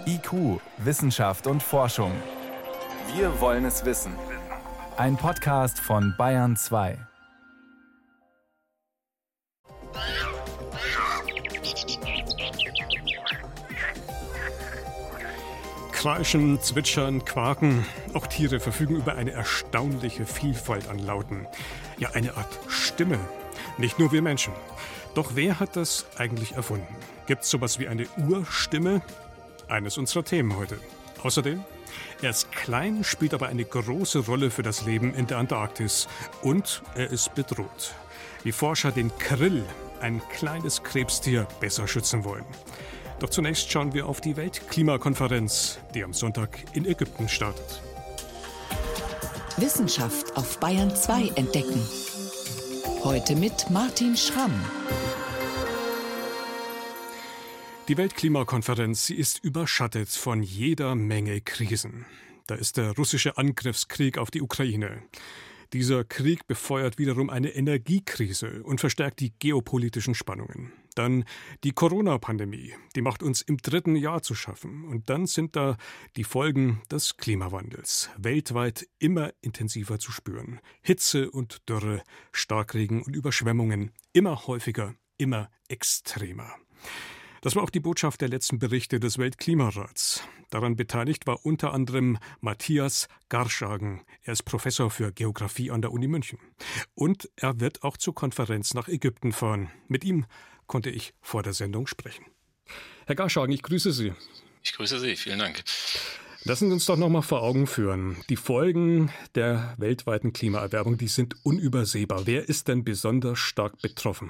IQ, Wissenschaft und Forschung. Wir wollen es wissen. Ein Podcast von Bayern 2. Kreischen, zwitschern, quaken. Auch Tiere verfügen über eine erstaunliche Vielfalt an Lauten. Ja, eine Art Stimme. Nicht nur wir Menschen. Doch wer hat das eigentlich erfunden? Gibt's sowas wie eine Urstimme? Eines unserer Themen heute. Außerdem, er ist klein, spielt aber eine große Rolle für das Leben in der Antarktis. Und er ist bedroht. Wie Forscher den Krill, ein kleines Krebstier, besser schützen wollen. Doch zunächst schauen wir auf die Weltklimakonferenz, die am Sonntag in Ägypten startet. Wissenschaft auf Bayern 2 entdecken. Heute mit Martin Schramm. Die Weltklimakonferenz, sie ist überschattet von jeder Menge Krisen. Da ist der russische Angriffskrieg auf die Ukraine. Dieser Krieg befeuert wiederum eine Energiekrise und verstärkt die geopolitischen Spannungen. Dann die Corona-Pandemie, die macht uns im 3. Jahr zu schaffen. Und dann sind da die Folgen des Klimawandels, weltweit immer intensiver zu spüren. Hitze und Dürre, Starkregen und Überschwemmungen, immer häufiger, immer extremer. Das war auch die Botschaft der letzten Berichte des Weltklimarats. Daran beteiligt war unter anderem Matthias Garschagen. Er ist Professor für Geographie an der Uni München. Und er wird auch zur Konferenz nach Ägypten fahren. Mit ihm konnte ich vor der Sendung sprechen. Herr Garschagen, ich grüße Sie. Ich grüße Sie, vielen Dank. Lassen Sie uns doch noch mal vor Augen führen. Die Folgen der weltweiten Klimaerwärmung, die sind unübersehbar. Wer ist denn besonders stark betroffen?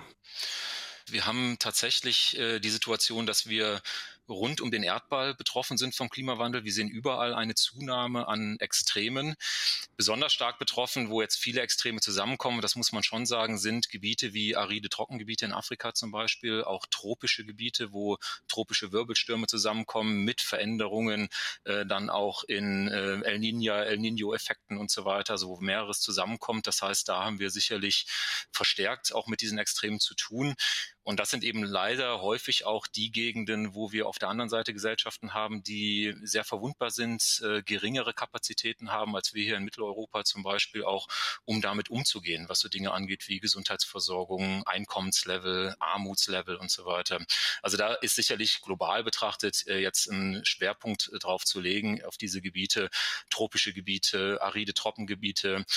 Wir haben tatsächlich die Situation, dass wir rund um den Erdball betroffen sind vom Klimawandel. Wir sehen überall eine Zunahme an Extremen. Besonders stark betroffen, wo jetzt viele Extreme zusammenkommen, das muss man schon sagen, sind Gebiete wie aride Trockengebiete in Afrika zum Beispiel, auch tropische Gebiete, wo tropische Wirbelstürme zusammenkommen mit Veränderungen, dann auch in El Niño-Effekten und so weiter, also wo mehreres zusammenkommt. Das heißt, da haben wir sicherlich verstärkt auch mit diesen Extremen zu tun. Und das sind eben leider häufig auch die Gegenden, wo wir auf der anderen Seite Gesellschaften haben, die sehr verwundbar sind, geringere Kapazitäten haben, als wir hier in Mitteleuropa zum Beispiel, auch um damit umzugehen, was so Dinge angeht wie Gesundheitsversorgung, Einkommenslevel, Armutslevel und so weiter. Also da ist sicherlich global betrachtet jetzt ein Schwerpunkt drauf zu legen, auf diese Gebiete, tropische Gebiete, aride Trockengebiete,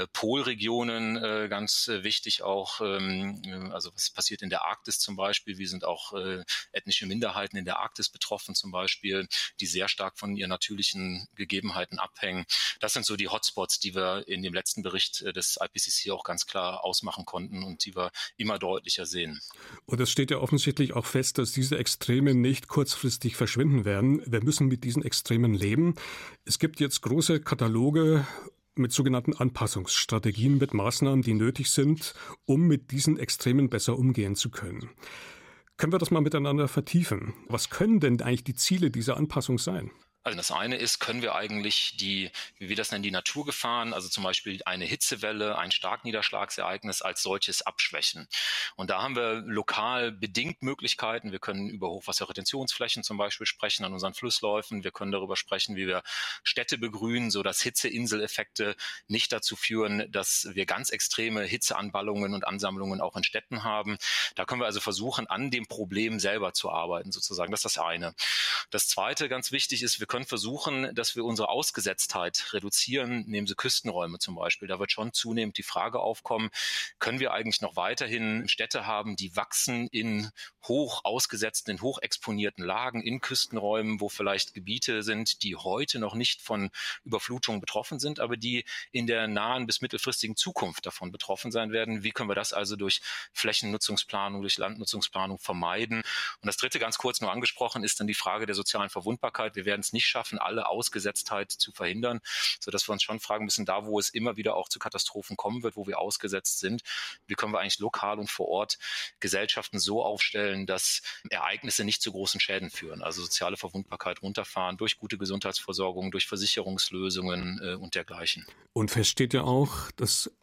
Polregionen, ganz wichtig auch, also was passiert in der Arktis zum Beispiel. Wir sind auch ethnische Minderheiten in der Arktis betroffen zum Beispiel, die sehr stark von ihren natürlichen Gegebenheiten abhängen. Das sind so die Hotspots, die wir in dem letzten Bericht des IPCC auch ganz klar ausmachen konnten und die wir immer deutlicher sehen. Und es steht ja offensichtlich auch fest, dass diese Extreme nicht kurzfristig verschwinden werden. Wir müssen mit diesen Extremen leben. Es gibt jetzt große Kataloge mit sogenannten Anpassungsstrategien, mit Maßnahmen, die nötig sind, um mit diesen Extremen besser umgehen zu können. Können wir das mal miteinander vertiefen? Was können denn eigentlich die Ziele dieser Anpassung sein? Also das eine ist, können wir eigentlich wie wir das nennen, die Naturgefahren, also zum Beispiel eine Hitzewelle, ein Starkniederschlagsereignis als solches abschwächen. Und da haben wir lokal bedingt Möglichkeiten. Wir können über Hochwasserretentionsflächen zum Beispiel sprechen an unseren Flussläufen. Wir können darüber sprechen, wie wir Städte begrünen, sodass Hitzeinseleffekte nicht dazu führen, dass wir ganz extreme Hitzeanballungen und Ansammlungen auch in Städten haben. Da können wir also versuchen, an dem Problem selber zu arbeiten, sozusagen. Das ist das eine. Das zweite, ganz wichtig ist, wir können versuchen, dass wir unsere Ausgesetztheit reduzieren, nehmen Sie Küstenräume zum Beispiel. Da wird schon zunehmend die Frage aufkommen, können wir eigentlich noch weiterhin Städte haben, die wachsen in hoch ausgesetzten, in hoch exponierten Lagen, in Küstenräumen, wo vielleicht Gebiete sind, die heute noch nicht von Überflutungen betroffen sind, aber die in der nahen bis mittelfristigen Zukunft davon betroffen sein werden. Wie können wir das also durch Flächennutzungsplanung, durch Landnutzungsplanung vermeiden? Und das dritte, ganz kurz nur angesprochen, ist dann die Frage der sozialen Verwundbarkeit. Wir werden es nicht schaffen, alle Ausgesetztheit zu verhindern, sodass wir uns schon fragen müssen, da wo es immer wieder auch zu Katastrophen kommen wird, wo wir ausgesetzt sind, wie können wir eigentlich lokal und vor Ort Gesellschaften so aufstellen, dass Ereignisse nicht zu großen Schäden führen, also soziale Verwundbarkeit runterfahren durch gute Gesundheitsversorgung, durch Versicherungslösungen und dergleichen. Und fest steht ja auch, dass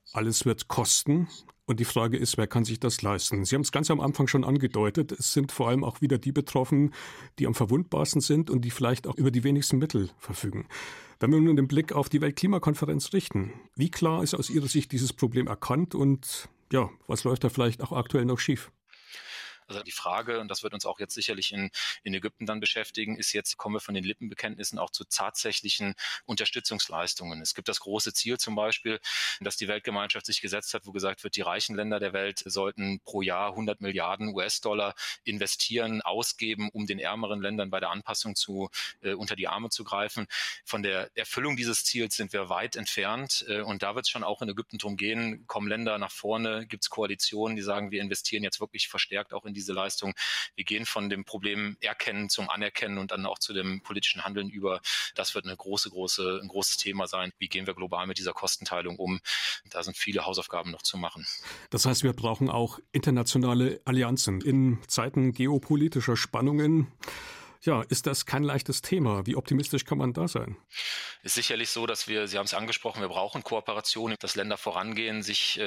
Alles wird kosten. Und die Frage ist, wer kann sich das leisten? Sie haben es ganz am Anfang schon angedeutet. Es sind vor allem auch wieder die betroffen, die am verwundbarsten sind und die vielleicht auch über die wenigsten Mittel verfügen. Wenn wir nun den Blick auf die Weltklimakonferenz richten, wie klar ist aus Ihrer Sicht dieses Problem erkannt und ja, was läuft da vielleicht auch aktuell noch schief? Also die Frage, und das wird uns auch jetzt sicherlich in Ägypten dann beschäftigen, ist jetzt, kommen wir von den Lippenbekenntnissen auch zu tatsächlichen Unterstützungsleistungen. Es gibt das große Ziel zum Beispiel, dass die Weltgemeinschaft sich gesetzt hat, wo gesagt wird, die reichen Länder der Welt sollten pro Jahr 100 Milliarden US-Dollar investieren, ausgeben, um den ärmeren Ländern bei der Anpassung unter die Arme zu greifen. Von der Erfüllung dieses Ziels sind wir weit entfernt. Und da wird es schon auch in Ägypten darum gehen, kommen Länder nach vorne, gibt es Koalitionen, die sagen, wir investieren jetzt wirklich verstärkt auch in diese Leistung. Wir gehen von dem Problem Erkennen zum Anerkennen und dann auch zu dem politischen Handeln über. Das wird ein großes Thema sein. Wie gehen wir global mit dieser Kostenteilung um? Da sind viele Hausaufgaben noch zu machen. Das heißt, wir brauchen auch internationale Allianzen in Zeiten geopolitischer Spannungen. Ja, ist das kein leichtes Thema? Wie optimistisch kann man da sein? Ist sicherlich so, dass Sie haben es angesprochen, wir brauchen Kooperation, dass Länder vorangehen, sich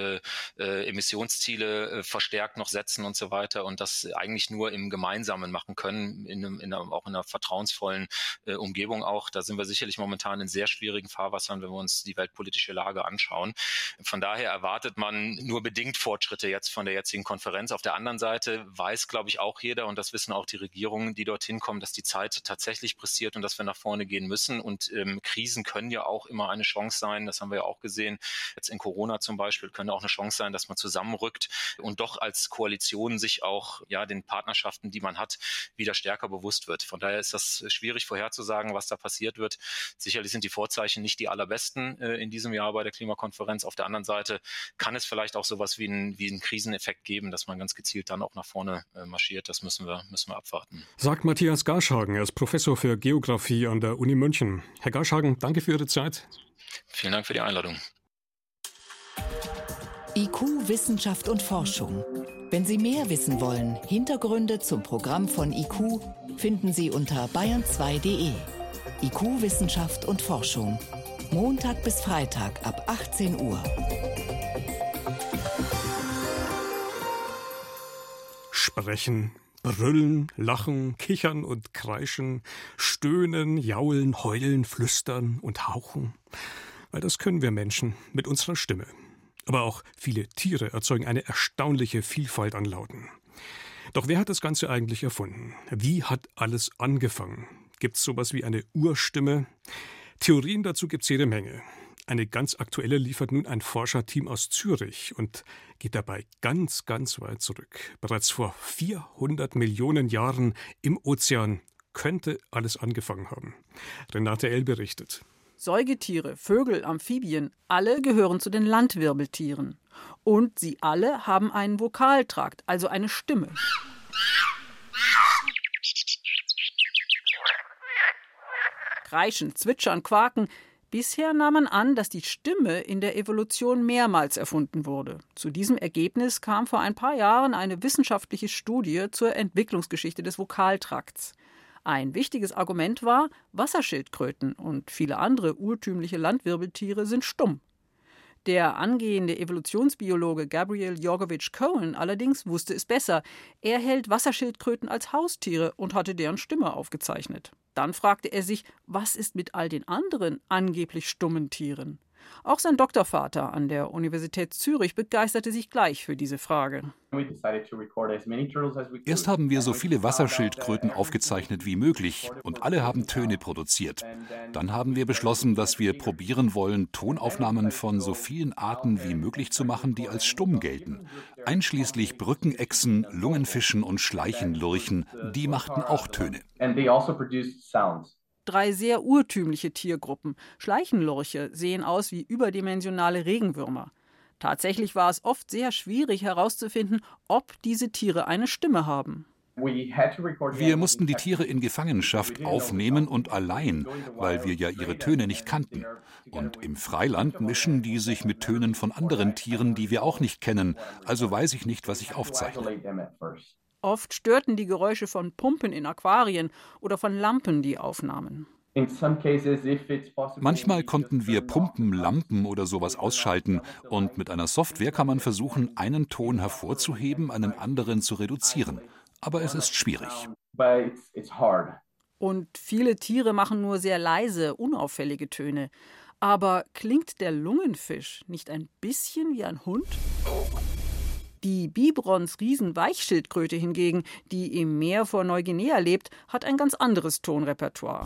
Emissionsziele verstärkt noch setzen und so weiter und das eigentlich nur im Gemeinsamen machen können, auch in einer vertrauensvollen Umgebung auch. Da sind wir sicherlich momentan in sehr schwierigen Fahrwassern, wenn wir uns die weltpolitische Lage anschauen. Von daher erwartet man nur bedingt Fortschritte jetzt von der jetzigen Konferenz. Auf der anderen Seite weiß, glaube ich, auch jeder, und das wissen auch die Regierungen, die dorthin kommen, dass die Zeit tatsächlich pressiert und dass wir nach vorne gehen müssen. Und Krisen können ja auch immer eine Chance sein. Das haben wir ja auch gesehen. Jetzt in Corona zum Beispiel können auch eine Chance sein, dass man zusammenrückt und doch als Koalition sich auch den Partnerschaften, die man hat, wieder stärker bewusst wird. Von daher ist das schwierig vorherzusagen, was da passiert wird. Sicherlich sind die Vorzeichen nicht die allerbesten in diesem Jahr bei der Klimakonferenz. Auf der anderen Seite kann es vielleicht auch sowas wie einen Kriseneffekt geben, dass man ganz gezielt dann auch nach vorne marschiert. Das müssen wir abwarten. Sagt Matthias Garschhagen, er ist Professor für Geografie an der Uni München. Herr Garschhagen, danke für Ihre Zeit. Vielen Dank für die Einladung. IQ, Wissenschaft und Forschung. Wenn Sie mehr wissen wollen, Hintergründe zum Programm von IQ finden Sie unter bayern2.de. IQ, Wissenschaft und Forschung. Montag bis Freitag ab 18 Uhr. Sprechen, brüllen, lachen, kichern und kreischen, stöhnen, jaulen, heulen, flüstern und hauchen. Weil das können wir Menschen mit unserer Stimme. Aber auch viele Tiere erzeugen eine erstaunliche Vielfalt an Lauten. Doch wer hat das Ganze eigentlich erfunden? Wie hat alles angefangen? Gibt es sowas wie eine Urstimme? Theorien dazu gibt es jede Menge. Eine ganz aktuelle liefert nun ein Forscherteam aus Zürich und geht dabei ganz, ganz weit zurück. Bereits vor 400 Millionen Jahren im Ozean könnte alles angefangen haben. Renate L. berichtet. Säugetiere, Vögel, Amphibien, alle gehören zu den Landwirbeltieren. Und sie alle haben einen Vokaltrakt, also eine Stimme. Kreischen, zwitschern, quaken. Bisher nahm man an, dass die Stimme in der Evolution mehrmals erfunden wurde. Zu diesem Ergebnis kam vor ein paar Jahren eine wissenschaftliche Studie zur Entwicklungsgeschichte des Vokaltrakts. Ein wichtiges Argument war, Wasserschildkröten und viele andere urtümliche Landwirbeltiere sind stumm. Der angehende Evolutionsbiologe Gabriel Jorgovich-Cohen allerdings wusste es besser. Er hält Wasserschildkröten als Haustiere und hatte deren Stimme aufgezeichnet. Dann fragte er sich, was ist mit all den anderen angeblich stummen Tieren? Auch sein Doktorvater an der Universität Zürich begeisterte sich gleich für diese Frage. Erst haben wir so viele Wasserschildkröten aufgezeichnet wie möglich und alle haben Töne produziert. Dann haben wir beschlossen, dass wir probieren wollen, Tonaufnahmen von so vielen Arten wie möglich zu machen, die als stumm gelten. Einschließlich Brückenechsen, Lungenfischen und Schleichenlurchen, die machten auch Töne. 3 sehr urtümliche Tiergruppen. Schleichenlurche sehen aus wie überdimensionale Regenwürmer. Tatsächlich war es oft sehr schwierig herauszufinden, ob diese Tiere eine Stimme haben. Wir mussten die Tiere in Gefangenschaft aufnehmen und allein, weil wir ja ihre Töne nicht kannten. Und im Freiland mischen die sich mit Tönen von anderen Tieren, die wir auch nicht kennen. Also weiß ich nicht, was ich aufzeichne. Oft störten die Geräusche von Pumpen in Aquarien oder von Lampen die Aufnahmen. Manchmal konnten wir Pumpen, Lampen oder sowas ausschalten und mit einer Software kann man versuchen, einen Ton hervorzuheben, einen anderen zu reduzieren. Aber es ist schwierig. Und viele Tiere machen nur sehr leise, unauffällige Töne. Aber klingt der Lungenfisch nicht ein bisschen wie ein Hund? Die Biberons Riesenweichschildkröte hingegen, die im Meer vor Neuguinea lebt, hat ein ganz anderes Tonrepertoire.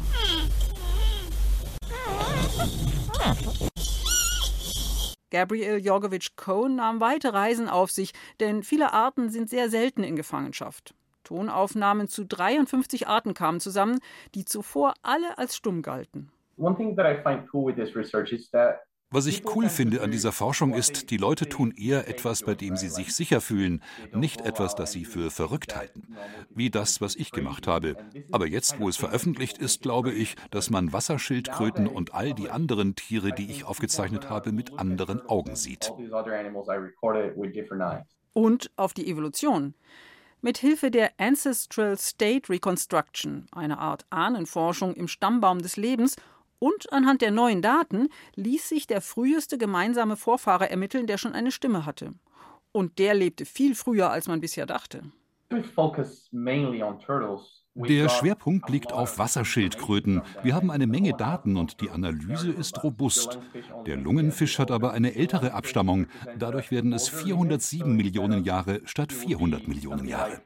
Gabriel Jorgovic-Cohn nahm weite Reisen auf sich, denn viele Arten sind sehr selten in Gefangenschaft. Tonaufnahmen zu 53 Arten kamen zusammen, die zuvor alle als stumm galten. Was ich cool finde an dieser Forschung ist, die Leute tun eher etwas, bei dem sie sich sicher fühlen, nicht etwas, das sie für verrückt halten. Wie das, was ich gemacht habe. Aber jetzt, wo es veröffentlicht ist, glaube ich, dass man Wasserschildkröten und all die anderen Tiere, die ich aufgezeichnet habe, mit anderen Augen sieht. Und auf die Evolution. Mit Hilfe der Ancestral State Reconstruction, einer Art Ahnenforschung im Stammbaum des Lebens, und anhand der neuen Daten ließ sich der früheste gemeinsame Vorfahre ermitteln, der schon eine Stimme hatte. Und der lebte viel früher, als man bisher dachte. Der Schwerpunkt liegt auf Wasserschildkröten. Wir haben eine Menge Daten und die Analyse ist robust. Der Lungenfisch hat aber eine ältere Abstammung. Dadurch werden es 407 Millionen Jahre statt 400 Millionen Jahre.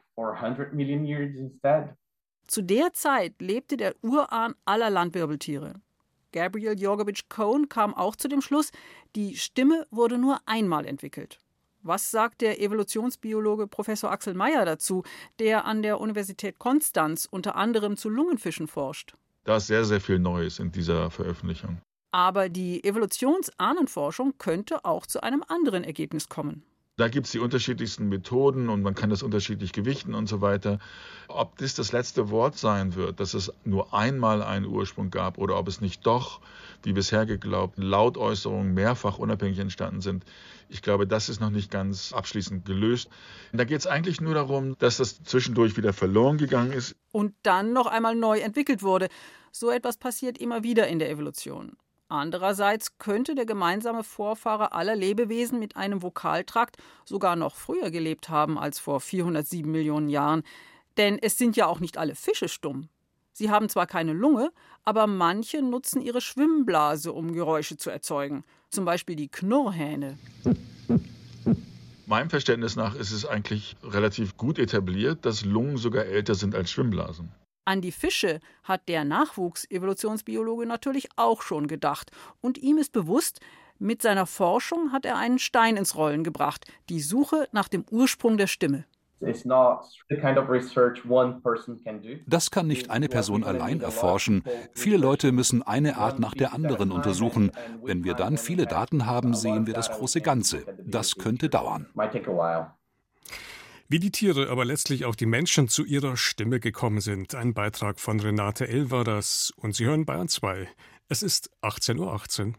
Zu der Zeit lebte der Urahn aller Landwirbeltiere. Gabriel Jorgovic-Cohn kam auch zu dem Schluss, die Stimme wurde nur einmal entwickelt. Was sagt der Evolutionsbiologe Professor Axel Meyer dazu, der an der Universität Konstanz unter anderem zu Lungenfischen forscht? Da ist sehr, sehr viel Neues in dieser Veröffentlichung. Aber die Evolutionsahnenforschung könnte auch zu einem anderen Ergebnis kommen. Da gibt es die unterschiedlichsten Methoden und man kann das unterschiedlich gewichten und so weiter. Ob das letzte Wort sein wird, dass es nur einmal einen Ursprung gab oder ob es nicht doch, wie bisher geglaubt, Lautäußerungen mehrfach unabhängig entstanden sind, ich glaube, das ist noch nicht ganz abschließend gelöst. Da geht es eigentlich nur darum, dass das zwischendurch wieder verloren gegangen ist. Und dann noch einmal neu entwickelt wurde. So etwas passiert immer wieder in der Evolution. Andererseits könnte der gemeinsame Vorfahre aller Lebewesen mit einem Vokaltrakt sogar noch früher gelebt haben als vor 407 Millionen Jahren. Denn es sind ja auch nicht alle Fische stumm. Sie haben zwar keine Lunge, aber manche nutzen ihre Schwimmblase, um Geräusche zu erzeugen. Zum Beispiel die Knurrhähne. Meinem Verständnis nach ist es eigentlich relativ gut etabliert, dass Lungen sogar älter sind als Schwimmblasen. An die Fische hat der Nachwuchs-Evolutionsbiologe natürlich auch schon gedacht. Und ihm ist bewusst, mit seiner Forschung hat er einen Stein ins Rollen gebracht, die Suche nach dem Ursprung der Stimme. Das kann nicht eine Person allein erforschen. Viele Leute müssen eine Art nach der anderen untersuchen. Wenn wir dann viele Daten haben, sehen wir das große Ganze. Das könnte dauern. Wie die Tiere, aber letztlich auch die Menschen zu ihrer Stimme gekommen sind. Ein Beitrag von Renate L. war das. Und Sie hören Bayern 2. Es ist 18:18 Uhr.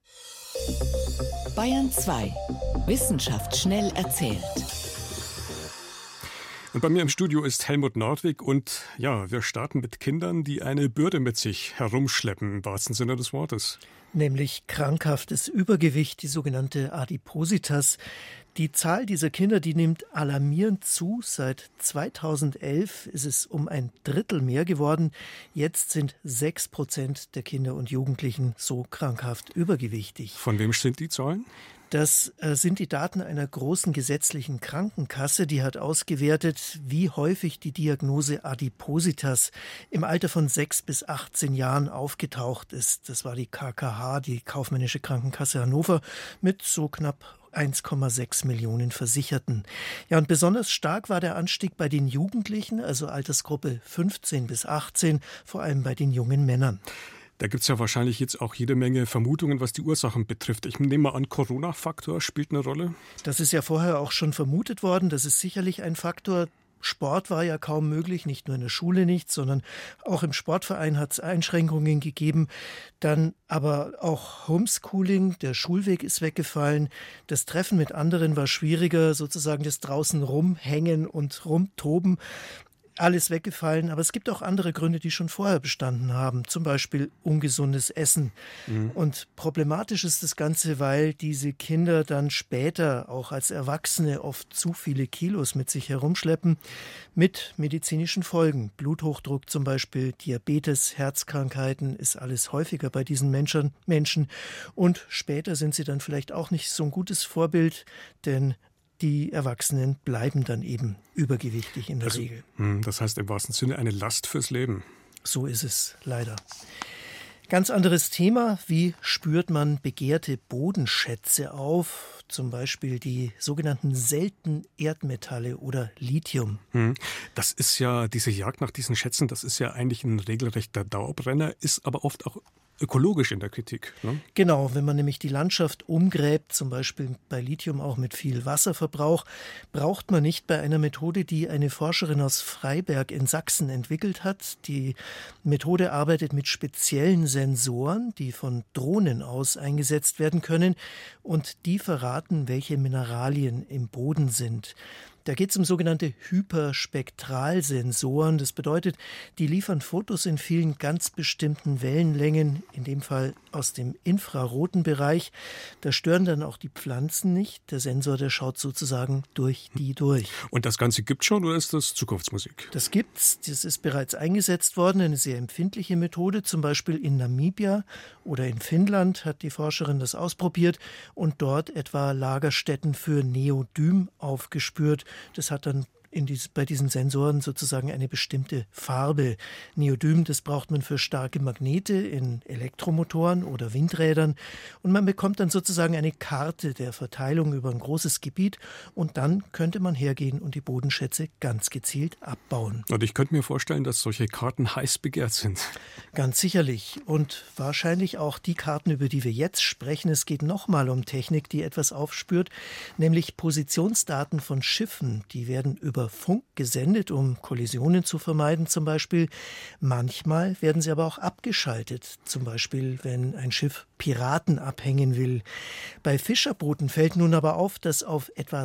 Bayern 2. Wissenschaft schnell erzählt. Und bei mir im Studio ist Helmut Nordwig und ja, wir starten mit Kindern, die eine Bürde mit sich herumschleppen, im wahrsten Sinne des Wortes. Nämlich krankhaftes Übergewicht, die sogenannte Adipositas. Die Zahl dieser Kinder, die nimmt alarmierend zu. Seit 2011 ist es um ein Drittel mehr geworden. Jetzt sind 6% der Kinder und Jugendlichen so krankhaft übergewichtig. Von wem sind die Zahlen? Das sind die Daten einer großen gesetzlichen Krankenkasse, die hat ausgewertet, wie häufig die Diagnose Adipositas im Alter von 6 bis 18 Jahren aufgetaucht ist. Das war die KKH, die Kaufmännische Krankenkasse Hannover, mit so knapp 1,6 Millionen Versicherten. Ja, und besonders stark war der Anstieg bei den Jugendlichen, also Altersgruppe 15 bis 18, vor allem bei den jungen Männern. Da gibt es ja wahrscheinlich jetzt auch jede Menge Vermutungen, was die Ursachen betrifft. Ich nehme mal an, Corona-Faktor spielt eine Rolle? Das ist ja vorher auch schon vermutet worden. Das ist sicherlich ein Faktor. Sport war ja kaum möglich, nicht nur in der Schule nicht, sondern auch im Sportverein hat es Einschränkungen gegeben. Dann aber auch Homeschooling, der Schulweg ist weggefallen. Das Treffen mit anderen war schwieriger, sozusagen das draußen rumhängen und rumtoben alles weggefallen, aber es gibt auch andere Gründe, die schon vorher bestanden haben, zum Beispiel ungesundes Essen. Und problematisch ist das Ganze, weil diese Kinder dann später auch als Erwachsene oft zu viele Kilos mit sich herumschleppen, mit medizinischen Folgen. Bluthochdruck zum Beispiel, Diabetes, Herzkrankheiten ist alles häufiger bei diesen Menschen. Und später sind sie dann vielleicht auch nicht so ein gutes Vorbild, denn die Erwachsenen bleiben dann eben übergewichtig in der Regel. Das heißt im wahrsten Sinne eine Last fürs Leben. So ist es leider. Ganz anderes Thema. Wie spürt man begehrte Bodenschätze auf? Zum Beispiel die sogenannten seltenen Erdmetalle oder Lithium. Das ist ja, diese Jagd nach diesen Schätzen, das ist ja eigentlich ein regelrechter Dauerbrenner, ist aber oft auch ökologisch in der Kritik. Ne? Genau, wenn man nämlich die Landschaft umgräbt, zum Beispiel bei Lithium auch mit viel Wasserverbrauch, braucht man nicht bei einer Methode, die eine Forscherin aus Freiberg in Sachsen entwickelt hat. Die Methode arbeitet mit speziellen Sensoren, die von Drohnen aus eingesetzt werden können und die verraten, welche Mineralien im Boden sind. Da geht es um sogenannte Hyperspektralsensoren. Das bedeutet, die liefern Fotos in vielen ganz bestimmten Wellenlängen, in dem Fall aus dem infraroten Bereich. Da stören dann auch die Pflanzen nicht. Der Sensor, der schaut sozusagen durch die durch. Und das Ganze gibt schon oder ist das Zukunftsmusik? Das gibt's. Das ist bereits eingesetzt worden. Eine sehr empfindliche Methode. Zum Beispiel in Namibia oder in Finnland hat die Forscherin das ausprobiert und dort etwa Lagerstätten für Neodym aufgespürt. Das hat dann bei diesen Sensoren sozusagen eine bestimmte Farbe. Neodym, das braucht man für starke Magnete in Elektromotoren oder Windrädern. Und man bekommt dann sozusagen eine Karte der Verteilung über ein großes Gebiet. Und dann könnte man hergehen und die Bodenschätze ganz gezielt abbauen. Und ich könnte mir vorstellen, dass solche Karten heiß begehrt sind. Ganz sicherlich. Und wahrscheinlich auch die Karten, über die wir jetzt sprechen. Es geht nochmal um Technik, die etwas aufspürt, nämlich Positionsdaten von Schiffen. Die werden über Funk gesendet, um Kollisionen zu vermeiden zum Beispiel. Manchmal werden sie aber auch abgeschaltet, zum Beispiel wenn ein Schiff Piraten abhängen will. Bei Fischerbooten fällt nun aber auf, dass auf etwa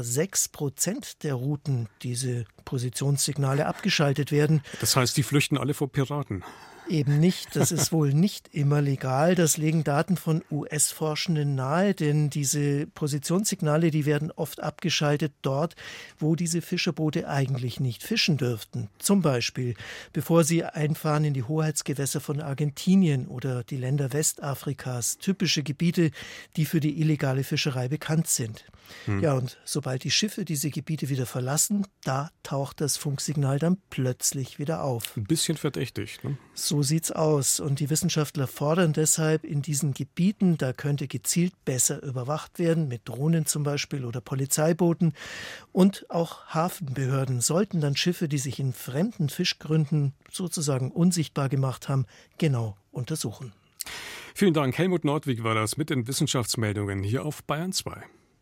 6% der Routen diese Positionssignale abgeschaltet werden. Das heißt, die flüchten alle vor Piraten. Eben nicht. Das ist wohl nicht immer legal. Das legen Daten von US-Forschenden nahe, denn diese Positionssignale, die werden oft abgeschaltet dort, wo diese Fischerboote eigentlich nicht fischen dürften. Zum Beispiel, bevor sie einfahren in die Hoheitsgewässer von Argentinien oder die Länder Westafrikas, typische Gebiete, die für die illegale Fischerei bekannt sind. Ja, und sobald die Schiffe diese Gebiete wieder verlassen, da taucht das Funksignal dann plötzlich wieder auf. Ein bisschen verdächtig, ne? So sieht's aus. Und die Wissenschaftler fordern deshalb in diesen Gebieten, da könnte gezielt besser überwacht werden, mit Drohnen zum Beispiel oder Polizeibooten. Und auch Hafenbehörden sollten dann Schiffe, die sich in fremden Fischgründen sozusagen unsichtbar gemacht haben, genau untersuchen. Vielen Dank. Helmut Nordwig war das mit den Wissenschaftsmeldungen hier auf Bayern 2.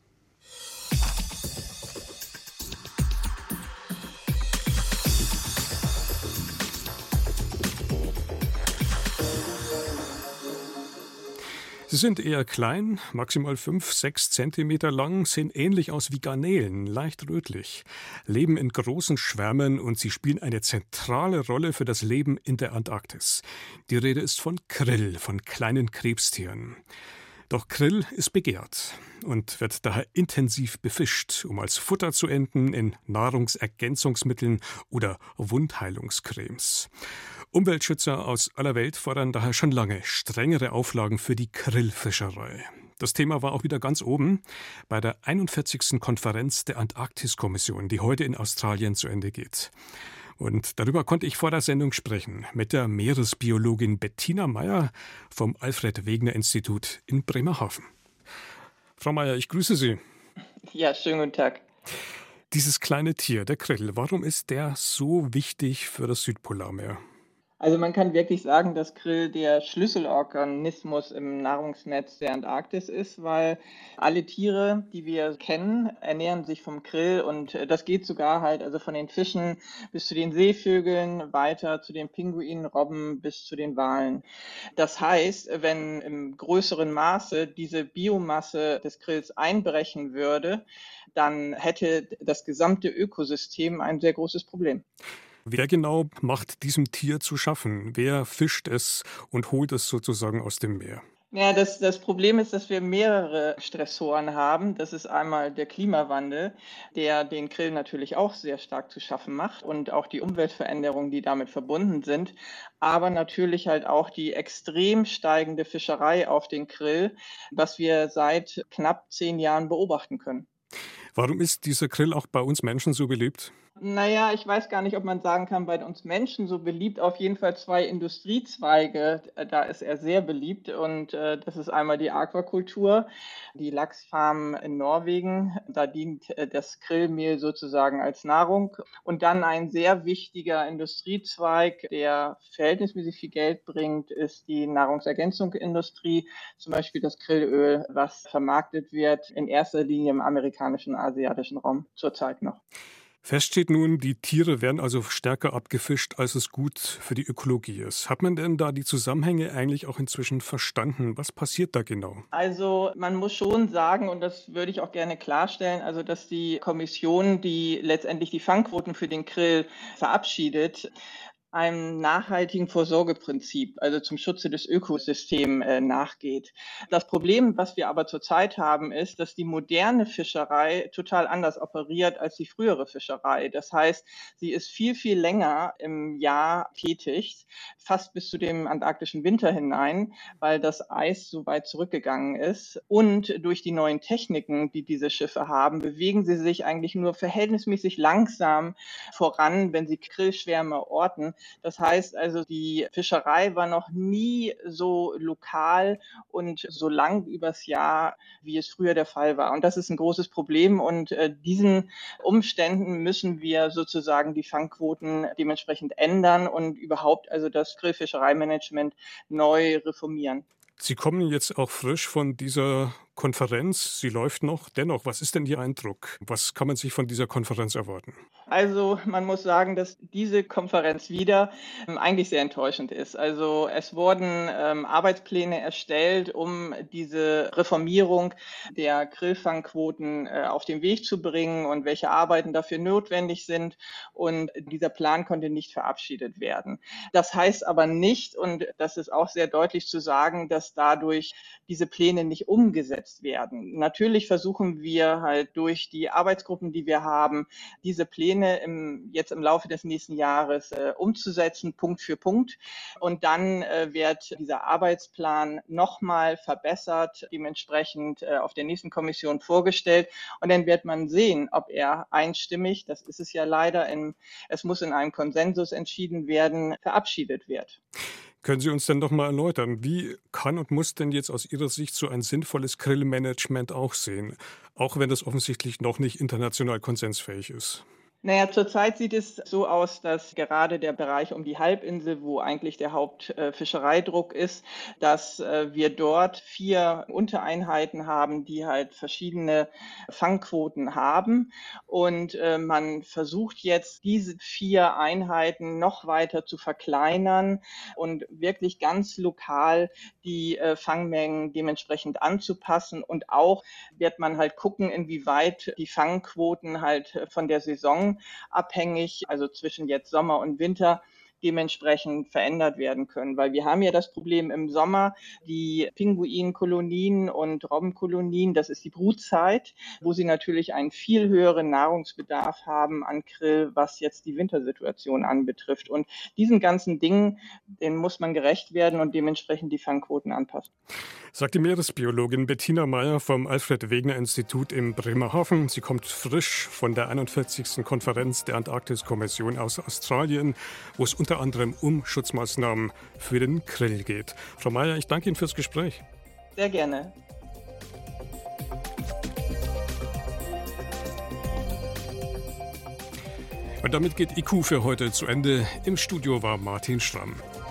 Sie sind eher klein, maximal 5-6 Zentimeter lang, sehen ähnlich aus wie Garnelen, leicht rötlich, leben in großen Schwärmen und sie spielen eine zentrale Rolle für das Leben in der Antarktis. Die Rede ist von Krill, von kleinen Krebstieren. Doch Krill ist begehrt und wird daher intensiv befischt, um als Futter zu enden in Nahrungsergänzungsmitteln oder Wundheilungscremes. Umweltschützer aus aller Welt fordern daher schon lange strengere Auflagen für die Krillfischerei. Das Thema war auch wieder ganz oben bei der 41. Konferenz der Antarktiskommission, die heute in Australien zu Ende geht. Und darüber konnte ich vor der Sendung sprechen mit der Meeresbiologin Bettina Meyer vom Alfred-Wegener-Institut in Bremerhaven. Frau Meyer, ich grüße Sie. Ja, schönen guten Tag. Dieses kleine Tier, der Krill, warum ist der so wichtig für das Südpolarmeer? Also man kann wirklich sagen, dass Krill der Schlüsselorganismus im Nahrungsnetz der Antarktis ist, weil alle Tiere, die wir kennen, ernähren sich vom Krill und das geht sogar halt also von den Fischen bis zu den Seevögeln, weiter zu den Pinguinen, Robben bis zu den Walen. Das heißt, wenn im größeren Maße diese Biomasse des Krills einbrechen würde, dann hätte das gesamte Ökosystem ein sehr großes Problem. Wer genau macht diesem Tier zu schaffen? Wer fischt es und holt es sozusagen aus dem Meer? Ja, das Problem ist, dass wir mehrere Stressoren haben. Das ist einmal der Klimawandel, der den Krill natürlich auch sehr stark zu schaffen macht und auch die Umweltveränderungen, die damit verbunden sind. Aber natürlich halt auch die extrem steigende Fischerei auf den Krill, was wir seit knapp 10 Jahren beobachten können. Warum ist dieser Krill auch bei uns Menschen so beliebt? Naja, ich weiß gar nicht, ob man sagen kann, bei uns Menschen so beliebt. Auf jeden Fall 2 Industriezweige, da ist er sehr beliebt. Und das ist einmal die Aquakultur, die Lachsfarmen in Norwegen. Da dient das Krillmehl sozusagen als Nahrung. Und dann ein sehr wichtiger Industriezweig, der verhältnismäßig viel Geld bringt, ist die Nahrungsergänzungsindustrie. Zum Beispiel das Krillöl, was vermarktet wird, in erster Linie im amerikanischen und asiatischen Raum zurzeit noch. Fest steht nun, die Tiere werden also stärker abgefischt, als es gut für die Ökologie ist. Hat man denn da die Zusammenhänge eigentlich auch inzwischen verstanden? Was passiert da genau? Also man muss schon sagen, und das würde ich auch gerne klarstellen, also dass die Kommission, die letztendlich die Fangquoten für den Krill verabschiedet, einem nachhaltigen Vorsorgeprinzip, also zum Schutze des Ökosystems nachgeht. Das Problem, was wir aber zurzeit haben, ist, dass die moderne Fischerei total anders operiert als die frühere Fischerei. Das heißt, sie ist viel, viel länger im Jahr tätig, fast bis zu dem antarktischen Winter hinein, weil das Eis so weit zurückgegangen ist. Und durch die neuen Techniken, die diese Schiffe haben, bewegen sie sich eigentlich nur verhältnismäßig langsam voran, wenn sie Krillschwärme orten. Das heißt also, die Fischerei war noch nie so lokal und so lang übers Jahr, wie es früher der Fall war. Und das ist ein großes Problem. Und diesen Umständen müssen wir sozusagen die Fangquoten dementsprechend ändern und überhaupt also das Grillfischereimanagement neu reformieren. Sie kommen jetzt auch frisch von dieser Konferenz. Sie läuft noch. Dennoch, was ist denn Ihr Eindruck? Was kann man sich von dieser Konferenz erwarten? Also man muss sagen, dass diese Konferenz wieder eigentlich sehr enttäuschend ist. Also es wurden Arbeitspläne erstellt, um diese Reformierung der Grillfangquoten auf den Weg zu bringen und welche Arbeiten dafür notwendig sind. Und dieser Plan konnte nicht verabschiedet werden. Das heißt aber nicht, und das ist auch sehr deutlich zu sagen, dass dadurch diese Pläne nicht umgesetzt werden. Natürlich versuchen wir halt durch die Arbeitsgruppen, die wir haben, diese Pläne jetzt im Laufe des nächsten Jahres umzusetzen, Punkt für Punkt. Und dann wird dieser Arbeitsplan nochmal verbessert, dementsprechend auf der nächsten Kommission vorgestellt. Und dann wird man sehen, ob er einstimmig, das ist es ja leider, es muss in einem Konsensus entschieden werden, verabschiedet wird. Können Sie uns denn noch mal erläutern, wie kann und muss denn jetzt aus Ihrer Sicht so ein sinnvolles Grillmanagement aussehen, auch wenn das offensichtlich noch nicht international konsensfähig ist? Naja, zurzeit sieht es so aus, dass gerade der Bereich um die Halbinsel, wo eigentlich der Hauptfischereidruck ist, dass wir dort 4 Untereinheiten haben, die halt verschiedene Fangquoten haben. Und man versucht jetzt, diese 4 Einheiten noch weiter zu verkleinern und wirklich ganz lokal die Fangmengen dementsprechend anzupassen. Und auch wird man halt gucken, inwieweit die Fangquoten halt von der Saison abhängig, also zwischen jetzt Sommer und Winter, dementsprechend verändert werden können. Weil wir haben ja das Problem im Sommer, die Pinguinkolonien und Robbenkolonien, das ist die Brutzeit, wo sie natürlich einen viel höheren Nahrungsbedarf haben an Krill, was jetzt die Wintersituation anbetrifft. Und diesen ganzen Dingen, denen muss man gerecht werden und dementsprechend die Fangquoten anpassen. Sagt die Meeresbiologin Bettina Meyer vom Alfred-Wegener-Institut in Bremerhaven. Sie kommt frisch von der 41. Konferenz der Antarktis-Kommission aus Australien, wo es unter anderem um Schutzmaßnahmen für den Krill geht. Frau Meyer, ich danke Ihnen fürs Gespräch. Sehr gerne. Und damit geht IQ für heute zu Ende. Im Studio war Martin Schramm.